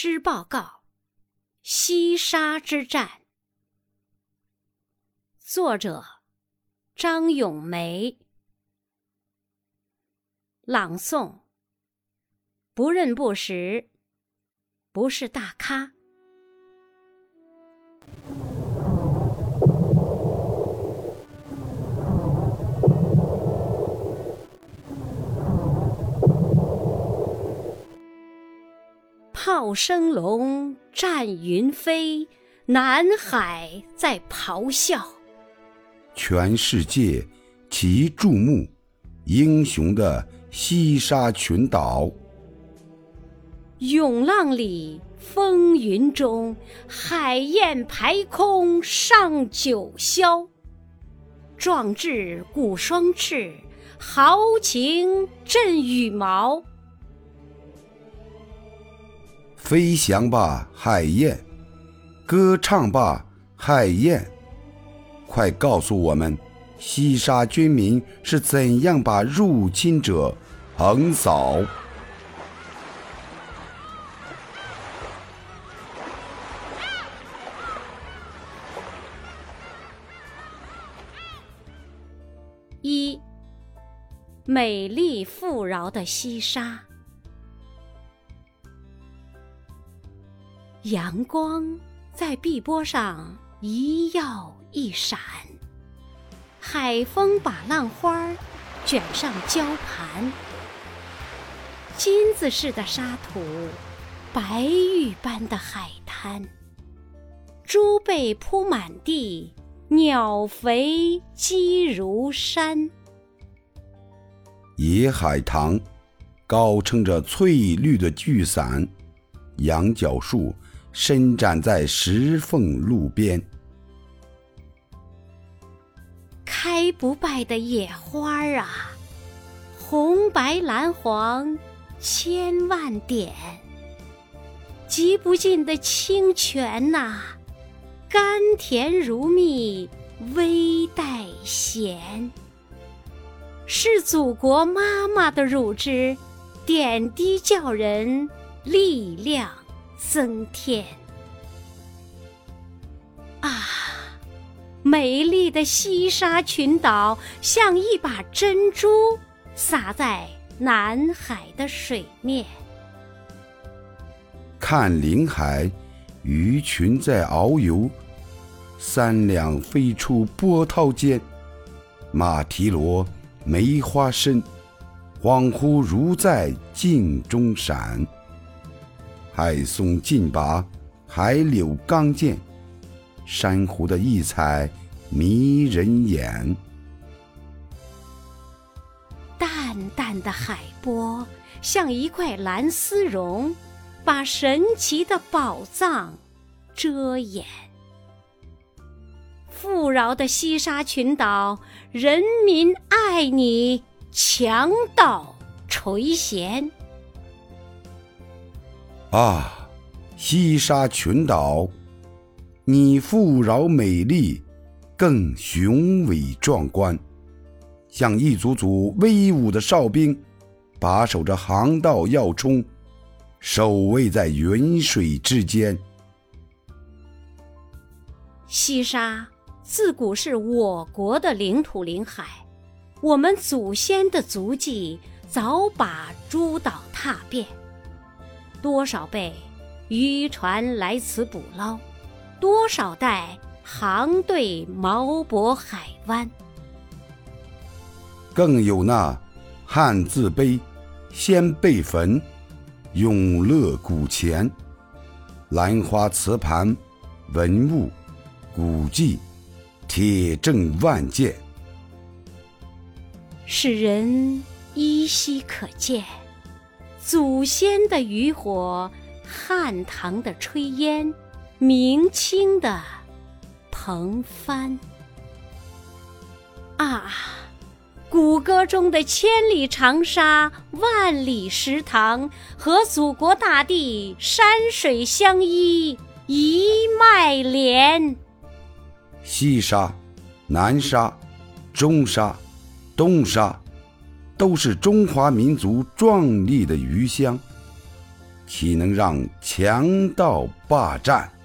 师报告：西沙之战。作者：张咏梅。朗诵：不认不识，不是大咖。炮声隆，战云飞，南海在咆哮。 全世界齐注目，英雄的西沙群岛。 涌浪里，风云中，海燕排空上九霄。壮志鼓双翅，豪情振羽毛。 飞翔吧，海燕！歌唱吧，海燕！快告诉我们，西沙军民是怎样把入侵者横扫？ 一，美丽富饶的西沙。阳光在碧波上一耀一闪，海风把浪花卷上礁盘，金子似的沙土，白玉般的海滩，猪背铺满地，鸟肥鸡如山。 野海棠高撑着翠绿的巨伞，羊角树伸展在石缝路边。 开不败的野花啊，红白蓝黄千万点，集不尽的清泉呐，甘甜如蜜，微带咸。是祖国妈妈的乳汁，点滴叫人力量增添。啊，美丽的西沙群岛像一把珍珠洒在南海的水面。 看领海，鱼群在遨游，三两飞出波涛间。马蹄罗梅花深，恍惚如在镜中闪。海松劲拔，海柳刚健，珊瑚的异彩迷人眼。 淡淡的海波像一块蓝丝绒，把神奇的宝藏遮掩。富饶的西沙群岛，人民爱你，强盗垂涎。 啊，西沙群岛，你富饶美丽，更雄伟壮观，像一组组威武的哨兵，把守着航道要冲，守卫在云水之间。 西沙自古是我国的领土领海，我们祖先的足迹早把诸岛踏遍。多少辈渔船来此捕捞，多少代航队锚泊海湾。 更有那汉字碑、先辈坟、永乐古钱、兰花瓷盘、文物、古迹，铁证万件， 使人依稀可见祖先的渔火，汉唐的炊烟，明清的蓬帆。啊，古歌中的千里长沙，万里石塘，和祖国大地山水相依，一脉连。 西沙、南沙、中沙、东沙，都是中华民族壮丽的余香。 岂能让强盗霸占？